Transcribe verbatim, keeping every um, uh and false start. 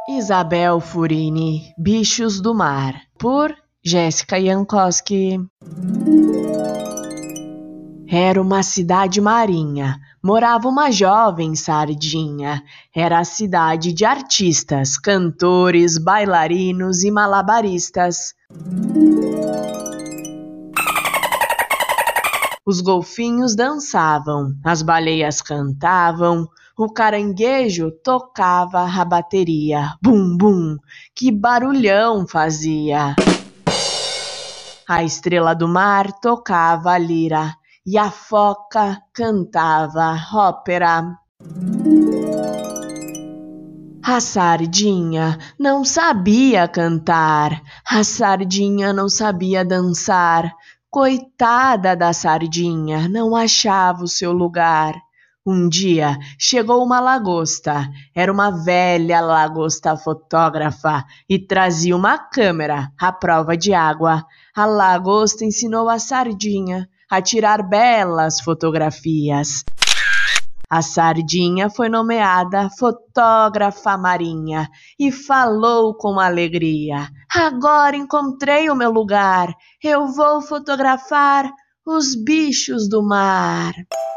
Isabel Furini, Bichos do Mar, por Jéssica Jankowski. Era uma cidade marinha, morava uma jovem sardinha. Era a cidade de artistas, cantores, bailarinos e malabaristas. Os golfinhos dançavam, as baleias cantavam, o caranguejo tocava a bateria. Bum, bum, que barulhão fazia! A estrela do mar tocava a lira e a foca cantava ópera. A sardinha não sabia cantar, a sardinha não sabia dançar. Coitada da sardinha, não achava o seu lugar. Um dia chegou uma lagosta, era uma velha lagosta fotógrafa e trazia uma câmera à prova de água. A lagosta ensinou a sardinha a tirar belas fotografias. A sardinha foi nomeada fotógrafa marinha e falou com alegria: agora encontrei o meu lugar, eu vou fotografar os bichos do mar.